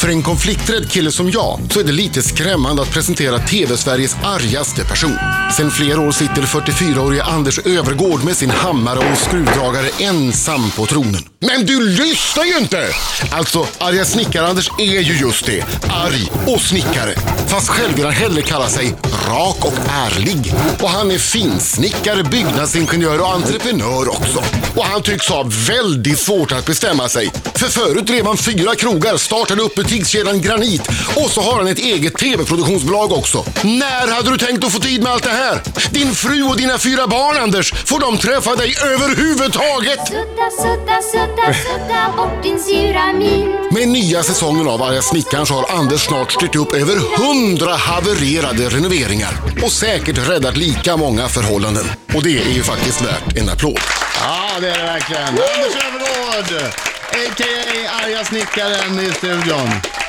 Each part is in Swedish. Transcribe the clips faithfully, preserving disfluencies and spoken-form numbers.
För en konflikträdd kille som jag så är det lite skrämmande att presentera T V-Sveriges argaste person. Sen flera år sitter fyrtiofyraårige Anders Övergård med sin hammare och skruvdragare ensam på tronen. Men du lyssnar ju inte! Alltså, arga snickar-Anders är ju just det. Arg och snickare. Fast själv vill han hellre kalla sig rak och ärlig. Och han är finsnickare, byggnadsingenjör och entreprenör också. Och han tycks ha väldigt svårt att bestämma sig. För förut drev han fyra krogar, startade upp butikskedjan Granit. Och så har han ett eget tv-produktionsbolag också. När hade du tänkt att få tid med allt det här? Din fru och dina fyra barn, Anders, får de träffa dig överhuvudtaget? Sudda, sudda, sudda, sudda bort din sura min. Med nya säsongen av Arga snickaren så har Anders snart styrt upp över hundra havererade renoveringar. Och säkert räddat lika många förhållanden. Och det är ju faktiskt värt en applåd. Ja, det är det verkligen. Anders Övergård, a k a. Arga snickaren i studion.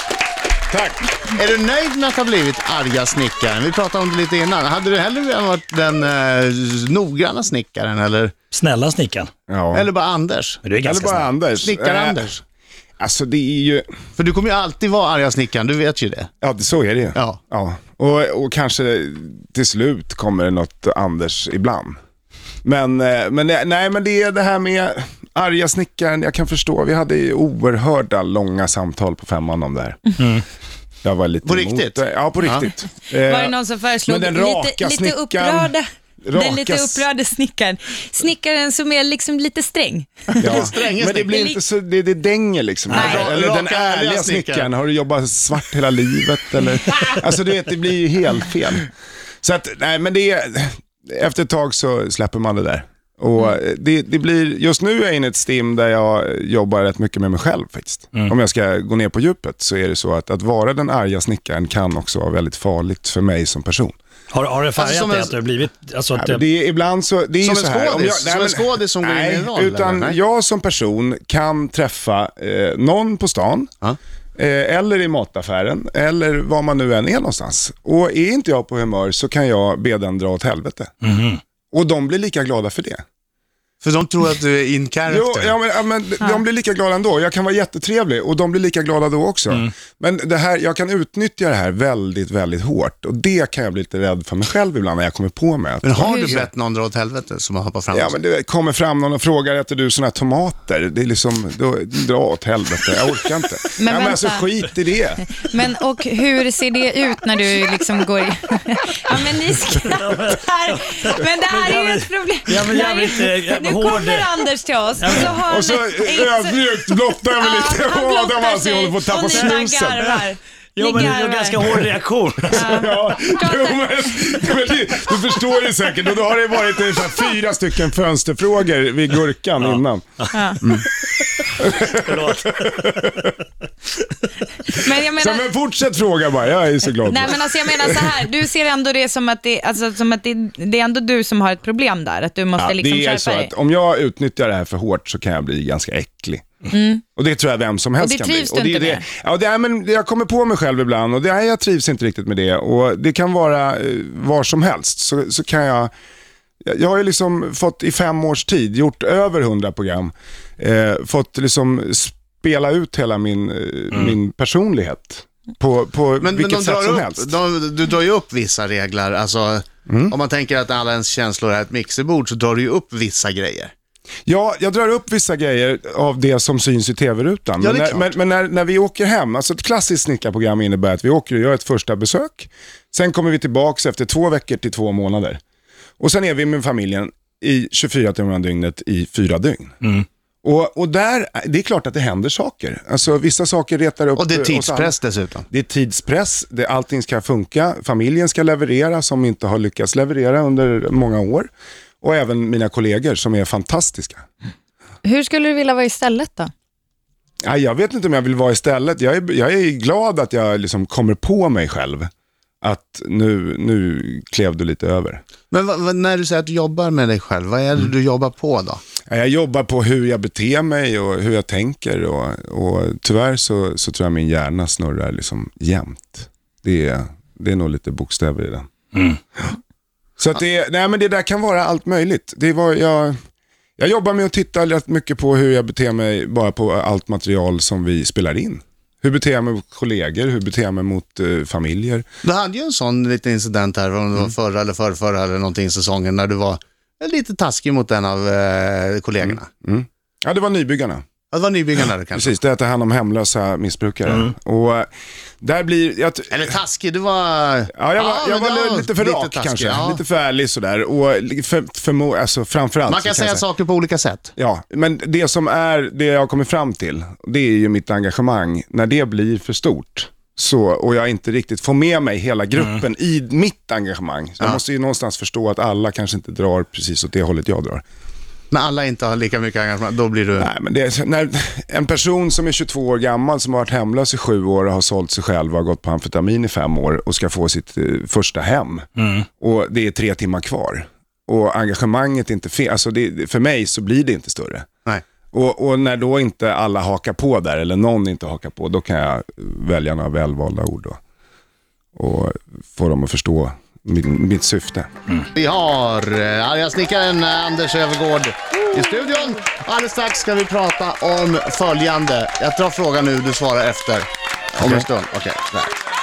Tack. Är du nöjd med att ha blivit arga snickaren? Vi pratade om det lite innan. Hade du hellre varit den eh, noggranna snickaren eller? Snälla snickaren. Ja. Eller bara Anders? Men du är ganska eller bara snäll. Anders. Snickare äh, Anders. Alltså det är ju... För du kommer ju alltid vara arga snickaren, du vet ju det. Ja, så är det ju. Ja. Ja. Och, och kanske till slut kommer det något Anders ibland. Men, men, nej, men det är det här med arga snickaren, jag kan förstå. Vi hade ju oerhörda långa samtal på femman om det här. Mm. Jag var lite på riktigt? Emot, ja, på riktigt. Ja. Var det någon som föreslog den lite, lite upprörda? Raka... Den lite upprörda snickaren. Snickaren som är liksom lite sträng. Ja. Men det blir inte så, det, det dänger liksom. Nej. Eller den ärliga snickaren, har du jobbat svart hela livet? Eller? Alltså du vet, det blir ju helt fel. Så att, nej men det är, efter ett tag så släpper man det där. Och mm. det, det blir, just nu är jag inne i ett stim där jag jobbar rätt mycket med mig själv faktiskt. Mm. Om jag ska gå ner på djupet så är det så att att vara den arga snickaren kan också vara väldigt farligt för mig som person. Har, har det färgat alltså, det att du har blivit... Alltså, ja, det är ibland så... Det är som så en här, skådis? jag, nej, som en skådis som går nej, in i en roll? Utan eller? jag som person kan träffa eh, någon på stan... Ah. Eh, eller i mataffären, eller var man nu än är någonstans. Och är inte jag på humör så kan jag be den dra åt helvete. Mm. Och de blir lika glada för det. För de tror att du är in character. Jo, ja, men, ja, men ja. De blir lika glada ändå. Jag kan vara jättetrevlig och de blir lika glada då också. Mm. Men det här, jag kan utnyttja det här väldigt, väldigt hårt. Och det kan jag bli lite rädd för mig själv ibland när jag kommer på mig. Att, men har du bett någon dra åt helvete som har hoppat fram? Ja, men det kommer fram någon och frågar efter du såna här tomater. Det är liksom, då, dra åt helvete. Jag orkar inte. Men, ja, men alltså skit i det. Men och hur ser det ut när du liksom går i... Ja, men ni skrattar. Men det här är ju ett problem. Ja, men jag vill inte, jag nu kommer Anders till oss. Och så, har och så ödmjukt blottar jag mig lite. Han blottar sig håller på att tappa snusen. Jo, men det är en ganska hård reaktion. Ja. Ja. Jo, men, men du, du förstår ju säkert. Och då har det varit så här, fyra stycken fönsterfrågor vid gurkan ja. Innan. Ja. Mm. Förlåt. Men jag menar... Så men fortsätt fråga bara, jag är så glad. Nej, men alltså jag menar så här, du ser ändå det som att det, alltså, som att det, det är ändå du som har ett problem där. Att du måste ja, liksom det är så dig. att om jag utnyttjar det här för hårt så kan jag bli ganska äcklig. Mm. Och det tror jag vem som helst kan bli. Och det trivs du inte det, med? Ja, det är, men jag kommer på mig själv ibland och det är, jag trivs inte riktigt med det. Och det kan vara eh, var som helst. Så, så kan jag... Jag har ju liksom fått i fem års tid gjort över hundra program. Eh, fått liksom spela ut hela min, mm. min personlighet. På, på men, vilket men sätt som upp, helst. De, du drar ju upp vissa regler. Alltså, mm. om man tänker att alla ens känslor är ett mixerbord så drar du ju upp vissa grejer. Ja, jag drar upp vissa grejer av det som syns i tv-rutan. Ja, men när, men, men när, när vi åker hem, alltså ett klassiskt snickarprogram innebär att vi åker och gör ett första besök. Sen kommer vi tillbaka efter två veckor till två månader. Och sen är vi med familjen i tjugofyra timmar dygnet i fyra dygn. Mm. Och, och där, det är klart att det händer saker. Alltså vissa saker retar upp. Och det är tidspress dessutom. Det är tidspress, det, allting ska funka. Familjen ska leverera som inte har lyckats leverera under många år. Och även mina kollegor som är fantastiska. Hur skulle du vilja vara istället då? Ja, jag vet inte om jag vill vara istället. Jag är, jag är glad att jag liksom kommer på mig själv. Att nu, nu klev du lite över. Men vad, vad, när du säger att du jobbar med dig själv, vad är det mm. du jobbar på då? Ja, jag jobbar på hur jag beter mig och hur jag tänker. Och, och tyvärr så, så tror jag min hjärna snurrar liksom jämt. Det är, det är nog lite bokstäver i den. Mm. Så att det, nej, men det där kan vara allt möjligt. Det var, jag, jag jobbar med att titta rätt mycket på hur jag beter mig bara på allt material som vi spelar in. Hur beter jag mig mot kollegor? Hur beter jag mig mot uh, familjer? Du hade ju en sån liten incident här, om det var förra eller förra, förra eller någonting i säsongen, när du var lite taskig mot en av eh, kollegorna. Mm. Mm. Ja, det var nybyggarna. Ja, det var nybyggarna det kanske. Precis, det är att ta hand om hemlösa missbrukare. Mm. Och uh, där blir... Jag t- eller taskig, du var... Ja, jag var, ja, jag var var lite för lite rak taskig, kanske. ja. Lite för ärlig sådär. Och för, för, alltså, framförallt... Man kan, kan säga, säga saker på olika sätt. Ja, men det som är det jag kommer fram till, det är ju mitt engagemang. När det blir för stort så, och jag inte riktigt får med mig hela gruppen mm. i mitt engagemang. Så ja. Jag måste ju någonstans förstå att alla kanske inte drar precis åt det hållet jag drar. När alla inte har lika mycket engagemang, då blir du... Nej, men det är, när en person som är tjugotvå år gammal, som har varit hemlös i sju år och har sålt sig själv och har gått på amfetamin i fem år och ska få sitt eh, första hem. Mm. Och det är tre timmar kvar. Och engagemanget är inte fel. Alltså det, för mig så blir det inte större. Nej. Och, och när då inte alla hakar på där, eller någon inte hakar på, då kan jag välja några välvalda ord då. Och få dem att förstå mitt, mitt syfte. Mm. Vi har eh, arga snickaren Anders Övergård i studion. Alldeles strax ska vi prata om följande. Jag drar frågan nu, du svarar efter. Om okay. en stund. Okej, okay,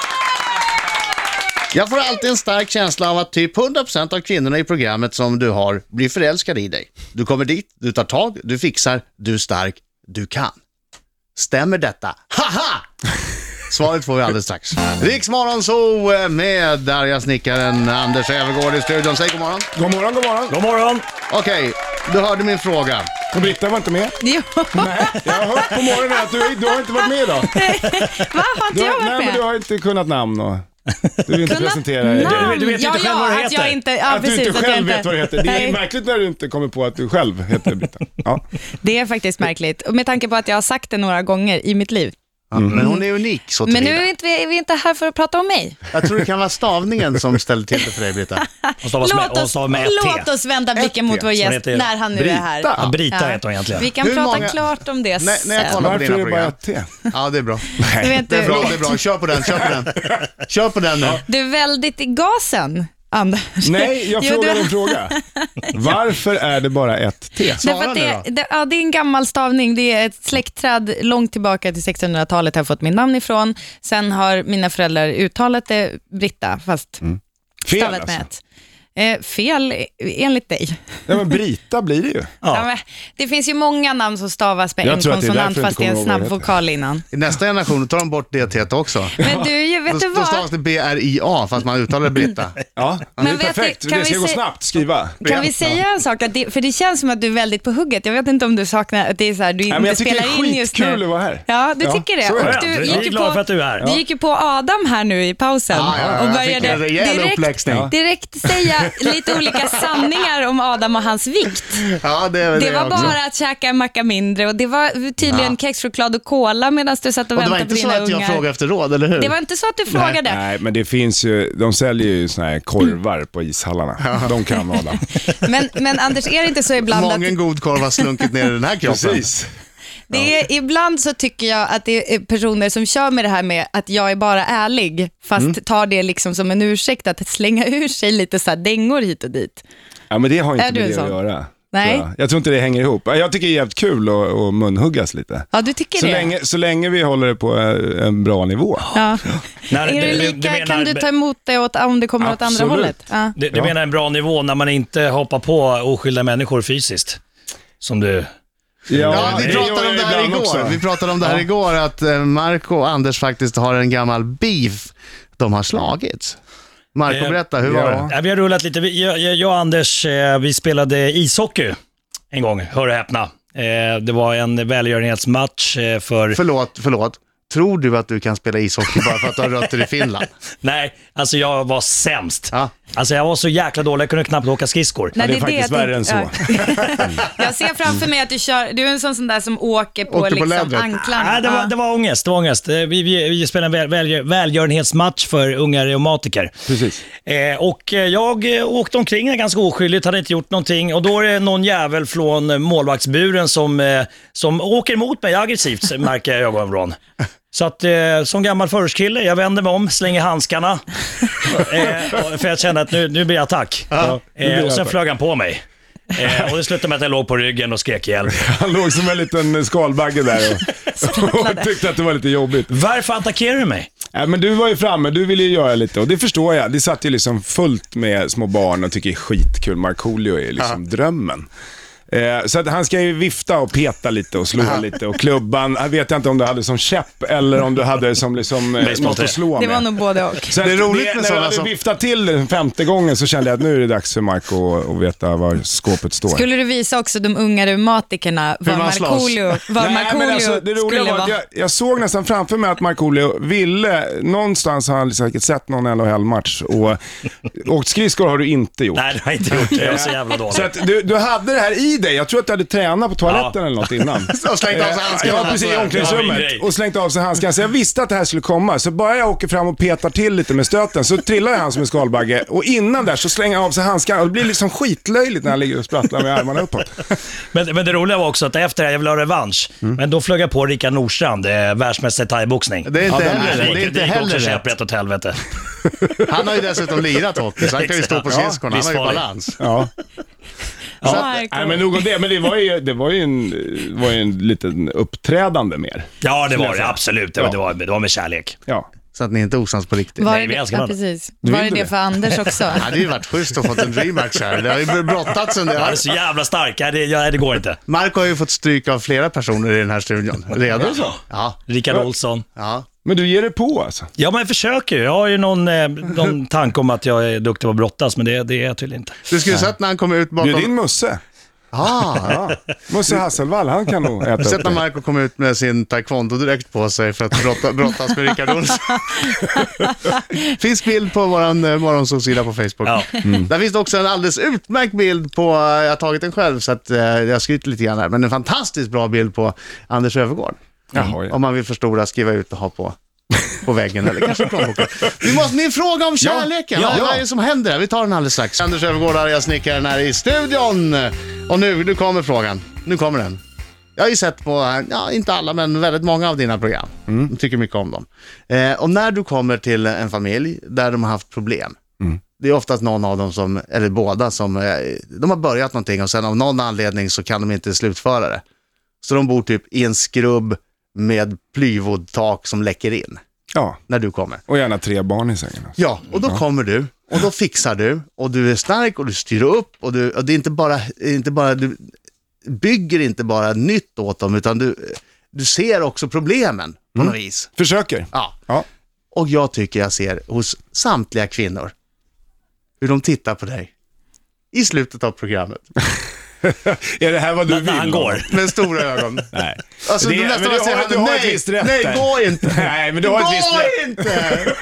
jag får alltid en stark känsla av att typ hundra procent av kvinnorna i programmet som du har blir förälskade i dig. Du kommer dit, du tar tag, du fixar, du är stark, du kan. Stämmer detta? Haha! Svaret får vi alldeles strax. Riksmorgon så med arga snickaren Anders Övergård i studion. Säg god morgon. God morgon, god morgon. God morgon. Okej, okay, du hörde min fråga. Och Britta var inte med? Jo. Nej, jag har hört på morgonen att du, du har inte varit med idag. Va, har inte du, jag varit nej, med? Men du har inte kunnat namn och... Du vill inte Kunna presentera dig. Du, du vet ja, inte själv ja, vad du att heter. jag inte, ja, att precis, du inte att själv jag inte... vet vad du heter. Det är Nej. märkligt när du inte kommer på att du själv heter Britta. Ja. Det är faktiskt märkligt. Och med tanke på att jag har sagt det några gånger i mitt liv. Mm. Men hon är unik så Men nu är vi, inte, är vi inte här för att prata om mig. Jag tror det kan vara stavningen som ställer till det för dig, Britta. Låt oss, låt oss vända blicken mot vår gäst när han nu är här. Ja, Brita heter hon egentligen. Vi kan Hur prata många... klart om det Nej, när jag sen. kollar på Varför dina är det bara program. ett T? Ja, det är bra. Du vet Det är bra, du, det är bra. Kör på den, kör på den. Kör på den nu. du är väldigt i gasen, Anders. Nej, jag Jo, frågar du- en fråga. Varför är det bara ett T? Därför att Svara det, nu det, ja, det är en gammal stavning. Det är ett släktträd långt tillbaka till sextonhundratalet har jag fått min namn ifrån. Sen har mina föräldrar uttalat det Britta, fast Mm. Fel stavat alltså. med ett. Eh, fel enligt dig. Ja, men Brita blir det ju. Ja. Ja. men, det finns ju många namn som stavas med Jag en tror att det är konsonant därför jag fast det är en inte kommer ihåg snabb vad det vokal innan. I nästa generation tar de bort det T också. Men du, ju, vet Då, du då vad? stavas det B R I A fast man uttalar det Britta. Ja, det Men är vet perfekt. du, kan Det ska vi gå se- snabbt, skriva. Kan vi säga en sak? Att det, för det känns som att du är väldigt på hugget. Jag vet inte om du saknar att det är så här, du Nej, inte men jag tycker det spelar är in just nu. skitkul att vara här. Ja, du Ja, tycker det. så är det. Och du Vi gick är ju glada på, för att du är här. du gick ju på Adam här nu i pausen Ja, ja, ja, och jag fick en började rejäl uppläxning. direkt, direkt säga lite olika sanningar om Adam och hans vikt. Ja, det är Det var också. bara att käka en macka mindre och det var tydligen Ja. kexchoklad och cola medan du satt och, Och det var väntade på inte så dina att jag ungar. frågade efter råd, eller hur? Det var inte så att du frågade. Nej, men det finns ju, de säljer ju såna här korvar på ishallarna. De kan Adam. Men, men Anders, är det inte så ibland att Många god korv har slunkit ner i den här kroppen. Precis. det är, ibland så tycker jag att det är personer som kör med det här med att jag är bara ärlig, fast Mm. tar det liksom som en ursäkt att slänga ur sig lite så här dängor hit och dit. Ja, men det har inte Är du med en det sån? att göra. Nej. Jag. jag tror inte det hänger ihop. Jag tycker det är jävligt kul att, att munhuggas lite. Ja, du tycker Så det? länge, så länge vi håller det på eh, en bra nivå. Ja. När, Är det lika, menar- kan du ta emot det åt, om det kommer åt andra Absolut. hållet? Ja. Du, du Ja. menar en bra nivå när man inte hoppar på oskyldiga människor fysiskt? Som du... Ja, vi det pratade gör om jag det här ibland igår. också. Vi pratade om det här igår att eh, Marco och Anders faktiskt har en gammal beef. De har slagits. Marco, Eh, berätta, hur var ja. det? Ja, vi har rullat lite. Vi- Jag, jag jag och Anders, eh, vi spelade ishockey en gång, hör och häpna. Eh, Det var en välgörenhetsmatch eh, för... Förlåt, förlåt. Tror du att du kan spela ishockey bara för att du har rötter i Finland? Nej, alltså jag var sämst. Ja. Alltså jag var så jäkla dålig, jag kunde knappt åka skridskor. Nej, det är faktiskt jag värre än tänkte- Ja. Jag ser framför mig att du kör, du är en sån, sån där som åker på, Åkte på liksom, lädret. anklarna. Nej, det var, Ja. det var ångest, det var ångest. Eh, Vi, vi, vi spelade en väl, väl, välgörenhetsmatch för unga reumatiker. Precis. Eh, och eh, jag eh, åkte omkring där ganska oskyldigt, hade inte gjort någonting. Och då är det någon jävel från eh, målvaktsburen som, eh, som åker emot mig aggressivt, märker jag i ögonvrån. Så att eh, som gammal förortskille, jag vänder mig om, slänger handskarna. eh, och- för jag kände att nu, nu blir jag attack. Ja, eh, och sen flög han på mig. Eh, och det slutade med att jag låg på ryggen och skrek hjälp. Han låg som en liten skalbagge där och, och tyckte att det var lite jobbigt. Varför attackerar du mig? Ja, men du var ju framme, du ville ju göra lite och det förstår jag. Det satt ju liksom fullt med små barn och tycker det är skitkul. Markoolio är liksom ja. drömmen. Eh, så att han ska ju vifta och peta lite och slå lite och klubban, jag vet inte om du hade som käpp eller om du hade som liksom eh, något att slå med. Det var nog både och. Så det är roligt det, med när jag hade som... viftat till den femte gången så kände jag att nu är det dags för Marco att veta var skåpet står. Skulle du visa också de unga reumatikerna var Markoolio, var Nej, Markoolio alltså, det roliga var att jag, jag såg nästan framför mig att Markoolio ville, någonstans har han säkert sett någon N H L-match och åkt skridskor har du inte gjort. Nej, det har jag inte gjort, det är så jävla dåligt. Så att du, du hade det här i dig, jag tror att du hade tränat på toaletten ja. eller något innan. Och slängt av sig handskarna. Ja, precis, i omklädningsrummet. Och slängt av sig handskarna. Så jag visste att det här skulle komma. Så bara jag åker fram och petar till lite med stöten så trillar han som en skalbagge. Och innan där så slänger jag av sig handskarna. Och det blir liksom skitlöjligt när han ligger och sprattlar med armarna uppåt. Men, men det roliga var också att efter det jag ville ha revansch. Mm. Men då flög jag på Rickard Nordstrand, världsmästare i thaiboxning. Det är inte ja, heller det, det, det, inte det gick heller också käpprätt åt helvete. Han har ju dessutom lirat hockey, så han kan ju stå på skridskorna. Han har ju balans. Ja. Ja. Så, nej, men nog om det, men det var ju, det var ju en, var ju en liten uppträdande mer. Ja, det var det, absolut. Det var, ja. det, var, det var med kärlek. Ja. Så att ni inte är osams på riktigt. Var Nej, vi älskar ja, precis. Var det det, det för Anders också? Det hade ju varit schysst att få en dreammatch här. Det har ju brottats under det här. Ja, det är så jävla stark. Ja, det, ja, det går inte. Marco har ju fått stryka av flera personer i den här studion. Redan så? Ja. Rickard Olsson. Ja. Men du ger det på alltså? Ja, men jag försöker ju. Jag har ju någon, eh, någon tanke om att jag är duktig på att brottas, men det, det är jag tydligen inte. Du skulle sett när han kom ut bakom... Det är din Musse. Ah, ja. Musse Hasselvall, han kan nog äta upp det. Sett när Marco kom ut med sin taekwondo direkt på sig för att brotta, brottas med Rickard Olsson. Finns bild på vår morgonsåsida på Facebook. Ja. Mm. Där finns det också en alldeles utmärkt bild på, jag har tagit den själv så att jag skryter lite grann här, men en fantastiskt bra bild på Anders Övergård. Jaha, ja. Om man vill förstora, skriva ut och ha på på väggen eller kanske plånboken. Vi måste, min fråga om kärleken. Ja, ja. Vad är det som händer? Vi tar den alldeles strax. Anders Övergård, arga snickaren här i studion. Och nu, nu kommer frågan. Nu kommer den. Jag har ju sett på, ja inte alla men väldigt många av dina program. Mm. Jag tycker mycket om dem. Eh, och när du kommer till en familj där de har haft problem. Mm. Det är oftast någon av dem som, eller båda som, eh, de har börjat någonting och sen av någon anledning så kan de inte slutföra det. Så de bor typ i en skrubb med plywoodtak som läcker in. Ja. När du kommer. Och gärna tre barn i sängen. Alltså. Ja, och då ja. kommer du och då fixar du och du är stark och du styr upp och, du, och det är inte bara, inte bara du bygger inte bara nytt åt dem utan du, du ser också problemen på mm. något vis. Försöker. Ja. ja. Och jag tycker jag ser hos samtliga kvinnor hur de tittar på dig i slutet av programmet. Är det här vad du vill? Han går. Med stora ögon. Nej. Alltså, det, du nästan du har, du har nej, ett visst rätt. Nej, gå inte. Nej, men du har ett visst rätt. inte.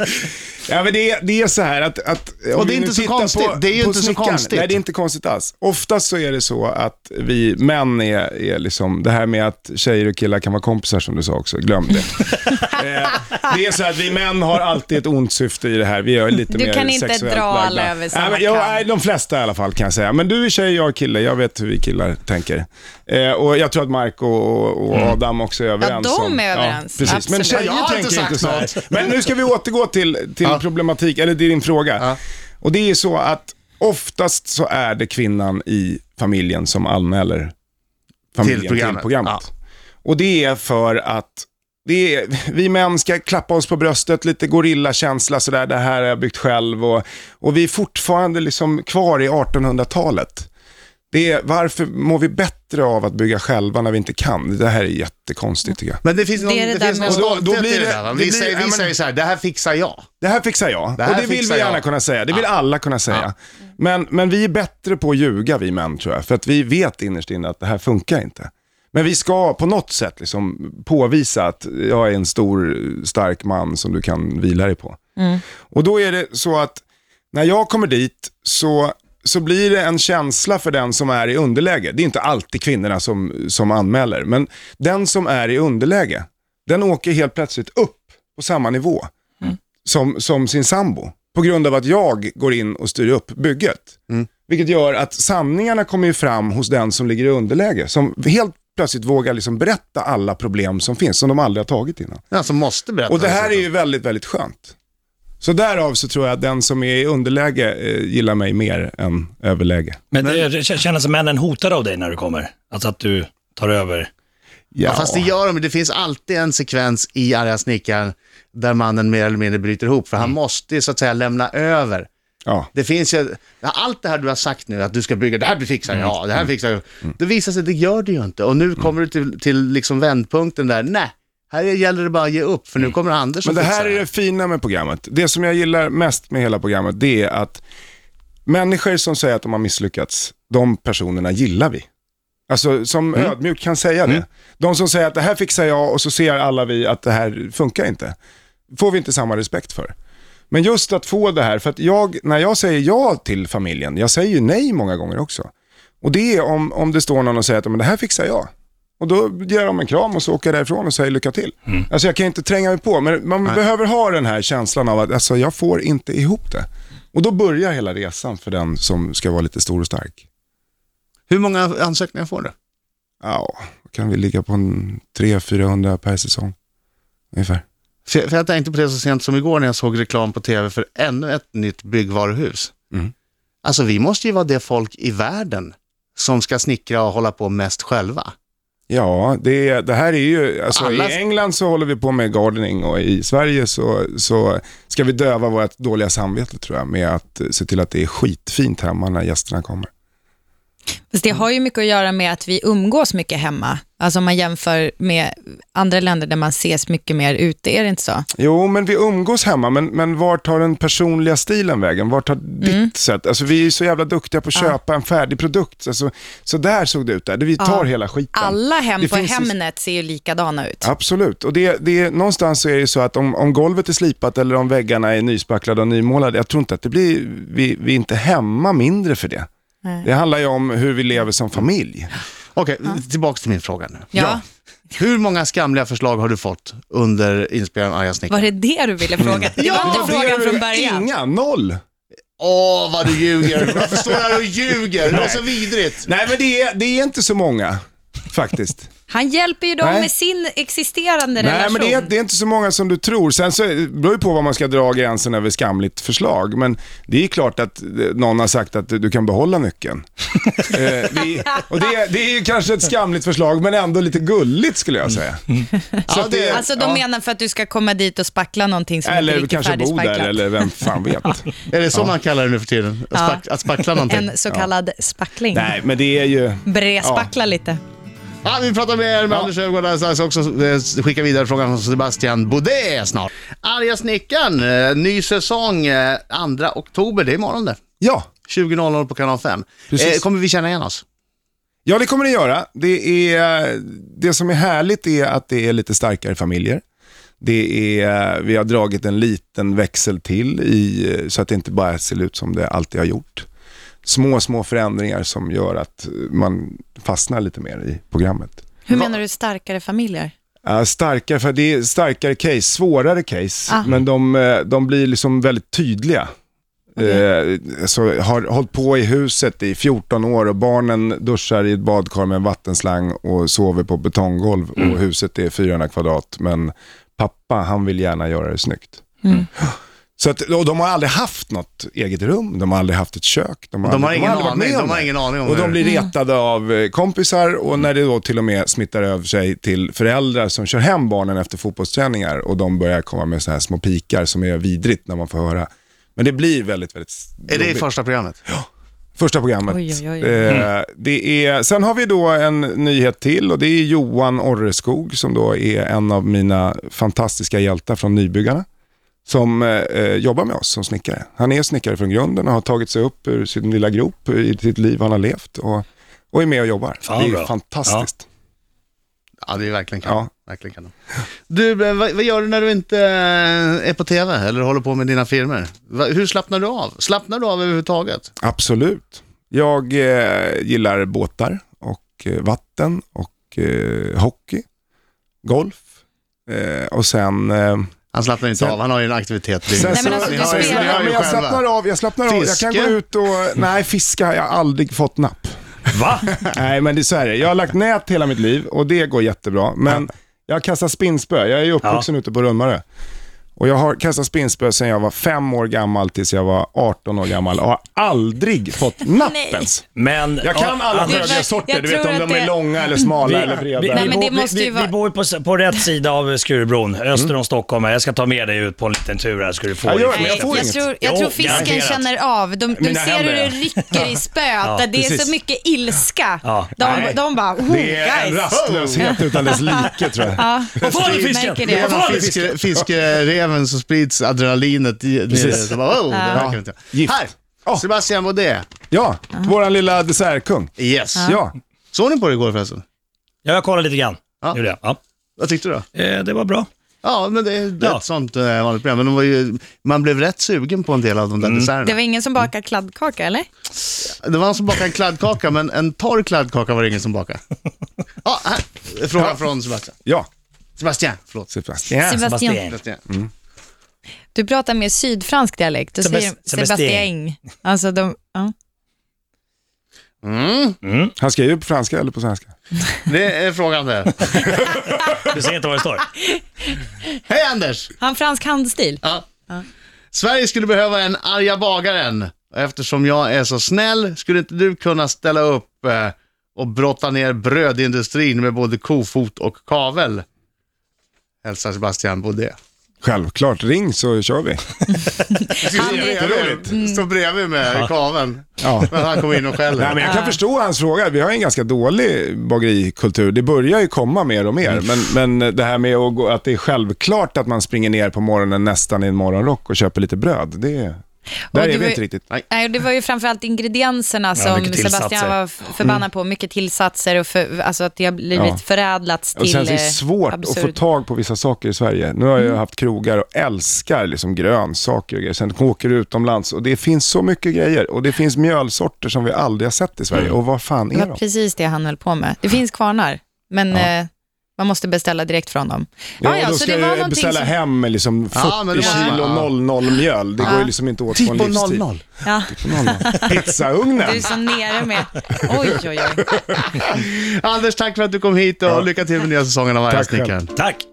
Ja, men det är, det är så här att... att och det är inte så konstigt. På, det är ju inte snickaren. så konstigt. Nej, det är inte konstigt alls. Oftast så är det så att vi män är, är liksom... Det här med att tjejer och killar kan vara kompisar som du sa också. Glöm det. eh, det är så att vi män har alltid ett ont syfte i det här. Vi är lite du mer kan inte sexuellt dra lagda. alla över samma nej, men, ja, de flesta i alla fall kan jag säga. Men du är tjej, jag är kille. Jag vet hur vi killar tänker. Eh, och jag tror att Marco och, och Adam också är överens. Ja, de är om, överens. Ja, precis. Men tjejer jag tänker inte, inte så här. något. Men nu ska vi återgå till, till ja. problematik, eller till din fråga. Ja. Och det är så att oftast så är det kvinnan i familjen som anmäler familjen till programmet. Till programmet. Ja. Och det är för att det är, vi män ska klappa oss på bröstet, lite gorillakänsla sådär, det här har jag byggt själv. Och, och vi är fortfarande liksom kvar i artonhundratalet. Det är, varför mår vi bättre av att bygga själva när vi inte kan? Det här är jättekonstigt tycker jag. Men det finns någon, det det det finns någon stolthet då, då blir det, det där. Vi, blir, säger, vi men, säger så här, det här fixar jag. Det här fixar jag. Det här och det vill vi gärna jag. kunna säga. Det vill ja. alla kunna säga. Ja. Men, men vi är bättre på att ljuga, vi män tror jag. För att vi vet innerst inne att det här funkar inte. Men vi ska på något sätt liksom påvisa att jag är en stor, stark man som du kan vila dig på. Mm. Och då är det så att när jag kommer dit så... så blir det en känsla för den som är i underläge. Det är inte alltid kvinnorna som, som anmäler, men den som är i underläge, den åker helt plötsligt upp på samma nivå mm. som, som sin sambo. På grund av att jag går in och styr upp bygget. Mm. Vilket gör att sanningarna kommer ju fram hos den som ligger i underläge. Som helt plötsligt vågar liksom berätta alla problem som finns, som de aldrig har tagit innan. Ja, som måste berätta. Och det här är ju väldigt, väldigt skönt. Så därav så tror jag att den som är i underläge eh, gillar mig mer än överläge. Men det känns som männen hotar av dig när du kommer? Alltså att du tar över? Ja. Ja, fast det gör de. Det finns alltid en sekvens i Arga snickaren där mannen mer eller mindre bryter ihop. För han måste så att säga lämna över. Ja. Det finns ju, allt det här du har sagt nu, att du ska bygga, det här fixar jag, ja, det här fixar jag. Det visar sig, det gör det ju inte. Och nu kommer du till, till liksom vändpunkten där, nej, här gäller det bara att ge upp, för nu kommer Anders Men att det här fixa är det fina med programmet. Det som jag gillar mest med hela programmet, det är att människor som säger att de har misslyckats, de personerna gillar vi. Alltså som mm. ödmjuk kan säga det. Mm. De som säger att det här fixar jag och så ser alla vi att det här funkar inte. Får vi inte samma respekt för. Men just att få det här, för att jag, när jag säger ja till familjen, jag säger ju nej många gånger också. Och det är om, om det står någon och säger att men det här fixar jag. Och då ger de en kram och så åker jag därifrån och säger lycka till. Mm. Alltså jag kan inte tränga mig på, men man nej. behöver ha den här känslan av att alltså, jag får inte ihop det. Och då börjar hela resan för den som ska vara lite stor och stark. Hur många ansökningar får du? Ja, kan vi ligga på en tre till fyrahundra per säsong ungefär. För, för jag tänkte på det så sent som igår när jag såg reklam på tv för ännu ett nytt byggvaruhus. Mm. Alltså vi måste ju vara det folk i världen som ska snickra och hålla på mest själva. Ja, det, det här är ju, alltså Alla... i England så håller vi på med gardening och i Sverige så, så ska vi döva vårt dåliga samvete tror jag med att se till att det är skitfint hemma när gästerna kommer. Fast det har ju mycket att göra med att vi umgås mycket hemma. Alltså om man jämför med andra länder där man ses mycket mer ute, är det inte så? Jo, men vi umgås hemma, men, men var tar den personliga stilen vägen? Var tar ditt mm. sätt? Alltså vi är ju så jävla duktiga på att ja. köpa en färdig produkt. Alltså, så där såg det ut där. Vi tar ja. hela skiten. Alla hem det på finns Hemnet ser ju likadana ut. Absolut, och det, det, någonstans så är det så att om, om golvet är slipat eller om väggarna är nyspacklade och nymålade, jag tror inte att det blir, vi, vi är inte hemma mindre för det. Nej. Det handlar ju om hur vi lever som familj. Okej, okay, ja. tillbaka till min fråga nu. Ja. ja. Hur många skamliga förslag har du fått under inspelningen av Arga snickaren? Var det det du ville fråga? Det ja, var inte frågan från början. Inga, noll. Åh, vad du ljuger. Varför står här och ljuger? Det är så vidrigt. Nej, men det är, det är inte så många, faktiskt. Han hjälper ju dem Nej. med sin existerande Nej, relation. Nej, men det är, det är inte så många som du tror. Sen så beror det på vad man ska dra gränsen över skamligt förslag. Men det är klart att någon har sagt att du kan behålla nyckeln. eh, vi, och det, det är ju kanske ett skamligt förslag, men ändå lite gulligt skulle jag säga. Så ja, det, alltså de ja. menar för att du ska komma dit och spackla någonting som eller inte är kanske bo där, eller vem fan vet. Är det så ja. man kallar det nu för tiden? Att, spack, att spackla någonting? En så kallad ja. spackling. Nej, men det är ju... Brespackla ja. lite. Ja, vi pratar med er med ja. Anders Öfvergård. Jag ska också eh, skicka vidare frågan från Sebastian Baudet snart. Arga snickaren, eh, ny säsong eh, andra oktober, det är imorgon det. Ja. tjugo noll noll på kanal fem. Eh, kommer vi känna igen oss? Ja, det kommer det göra. Det, är, det som är härligt är att det är lite starkare familjer. Det är, vi har dragit en liten växel till i, så att det inte bara ser ut som det alltid har gjort. Små, små förändringar som gör att man fastnar lite mer i programmet. Hur menar du starkare familjer? Ja, starkare, för det är starkare case, svårare case. Ah. Men de, de blir liksom väldigt tydliga. Okay. Eh, så har hållit på i huset i fjorton år och barnen duschar i ett badkar med en vattenslang och sover på betonggolv mm. och huset är fyrahundra kvadrat. Men pappa, han vill gärna göra det snyggt. Mm. Så att, och de har aldrig haft något eget rum, de har aldrig haft ett kök. De har, de aldrig, har, ingen, de har, aning, de har ingen aning om och det. Och de blir retade av kompisar och när det då till och med smittar över sig till föräldrar som kör hem barnen efter fotbollsträningar och de börjar komma med så här små pikar som är vidrigt när man får höra. Men det blir väldigt, väldigt... Är det i första programmet? Ja, första programmet. Oj, oj, oj. Eh, det är, sen har vi då en nyhet till och det är Johan Orreskog som då är en av mina fantastiska hjältar från Nybyggarna. Som eh, jobbar med oss som snickare. Han är snickare från grunden och har tagit sig upp ur sin lilla grop i sitt liv han har levt och, och är med och jobbar. Fan, det är bra. Fantastiskt. Ja. ja, det är verkligen kan. Ja. Verkligen kan. Du, vad, vad gör du när du inte är på tv eller håller på med dina filmer? Hur slappnar du av? Slappnar du av överhuvudtaget? Absolut. Jag eh, gillar båtar och eh, vatten och eh, hockey, golf eh, och sen... Eh, Han slappnar inte sen, av, han har ju en aktivitet. Sen, nej, men alltså, har, jag, jag, jag slappnar av, jag slappnar av. Jag kan gå ut och, nej, fiska har jag aldrig fått napp. Va? Nej, men det är så här, jag har lagt nät hela mitt liv och det går jättebra. Men jag kastar spinnspö, jag är ju uppvuxen ja. ute på Rönnmarö. Och jag har kastat spinnspö sedan jag var fem år gammal tills jag var arton år gammal och har aldrig fått nappens. Men, Jag kan ja, alla Anders, högersorter, jag du vet tror om de att är det- långa eller smala Vi, eller breda. vi, Nej, vi, men det bor, måste vi, ju vi, vara- vi bor på, på rätt sida av Skurubron, öster om Stockholm. Jag ska ta med dig ut på en liten tur här, ska du få Ja, gör det, lite men jag extra får Jag inget. tror, jag Jo, tror fisken garanterat. känner av. De, de Mina ser hur det händer. rycker i spöet. att det är precis. så mycket ilska. Ja. De, Nej. de bara, oh, Det är en guys. rastlöshet utan dess like, tror jag. Ja. Vad var det fisken? Märker Det är det. Vad var det med fisken? fiske, fiskereven så sprids adrenalinet i, Precis. så bara, oh, det här Ja. kan vi inte. Gift. Här, Oh. Sebastian Baudet. Ja, våran lilla dessertkung. Yes. Ja. Såg ni på det igår förresten? Ja, jag kollade lite grann. Ja. Gjorde jag. Ja. Vad tyckte du då? Eh, det var bra. Ja, men det är ett Ja. sånt eh, vanligt program. Men de var ju, man blev rätt sugen på en del av de där desserterna. Det var ingen som bakade kladdkaka, eller? Det var en som bakade en kladdkaka, men en torr kladdkaka var det ingen som bakade. Ja, här. Fråga från Sebastian. Ja, Sebastian, förlåt. Sebastian. Sebastian. Sebastian. Du pratar mer sydfransk dialekt. Du Sebast- säger Sebastian. Sebastian. Alltså, de, ja. Mm, Han skrev ju på franska eller på svenska? det är frågan det. Du ser inte vad det står. Hej Anders! Har han fransk handstil? Ja. Sverige skulle behöva en arga bagaren. Eftersom jag är så snäll, skulle inte du kunna ställa upp eh, och brotta ner brödindustrin med både kofot och kavel? Hälsar Sebastian Baudet. Självklart, ring så kör vi. Han är Står bredvid med kaveln. Ja. Men han kommer in och skäller. Nej, men jag kan förstå hans fråga. Vi har en ganska dålig bagerikultur. Det börjar ju komma mer och mer. Men, men det här med att, gå, att det är självklart att man springer ner på morgonen nästan i en morgonrock och och köper lite bröd. Det är, där det är var vi ju- inte riktigt. Nej, det var ju framförallt ingredienserna som mycket tillsatser. Sebastian var f- förbannad på. Mycket tillsatser och för, alltså att det har blivit Ja. förädlats Och till sen så är det eh, svårt absurd. att få tag på vissa saker i Sverige. Nu har jag haft krogar och älskar liksom grönsaker och grejer. Sen åker du utomlands och det finns så mycket grejer. Och det finns mjölsorter som vi aldrig har sett i Sverige. Och vad fan Det är var de? precis det han höll på med. Det finns kvarnar, men eh, man måste beställa direkt från dem. Ja, ja, då så ska det var du någonting beställa som- hem liksom fyrtio Ja, men det måste man- kilo ja. noll noll mjöl. Det går ju liksom inte åt på en Tipo livstid. noll noll. Ja, noll noll. Pizzaugnen. du är så nere med. Oj, oj, oj. Anders, tack för att du kom hit och lycka till med nya säsongen av Tack själv. Arga Snickaren. Tack.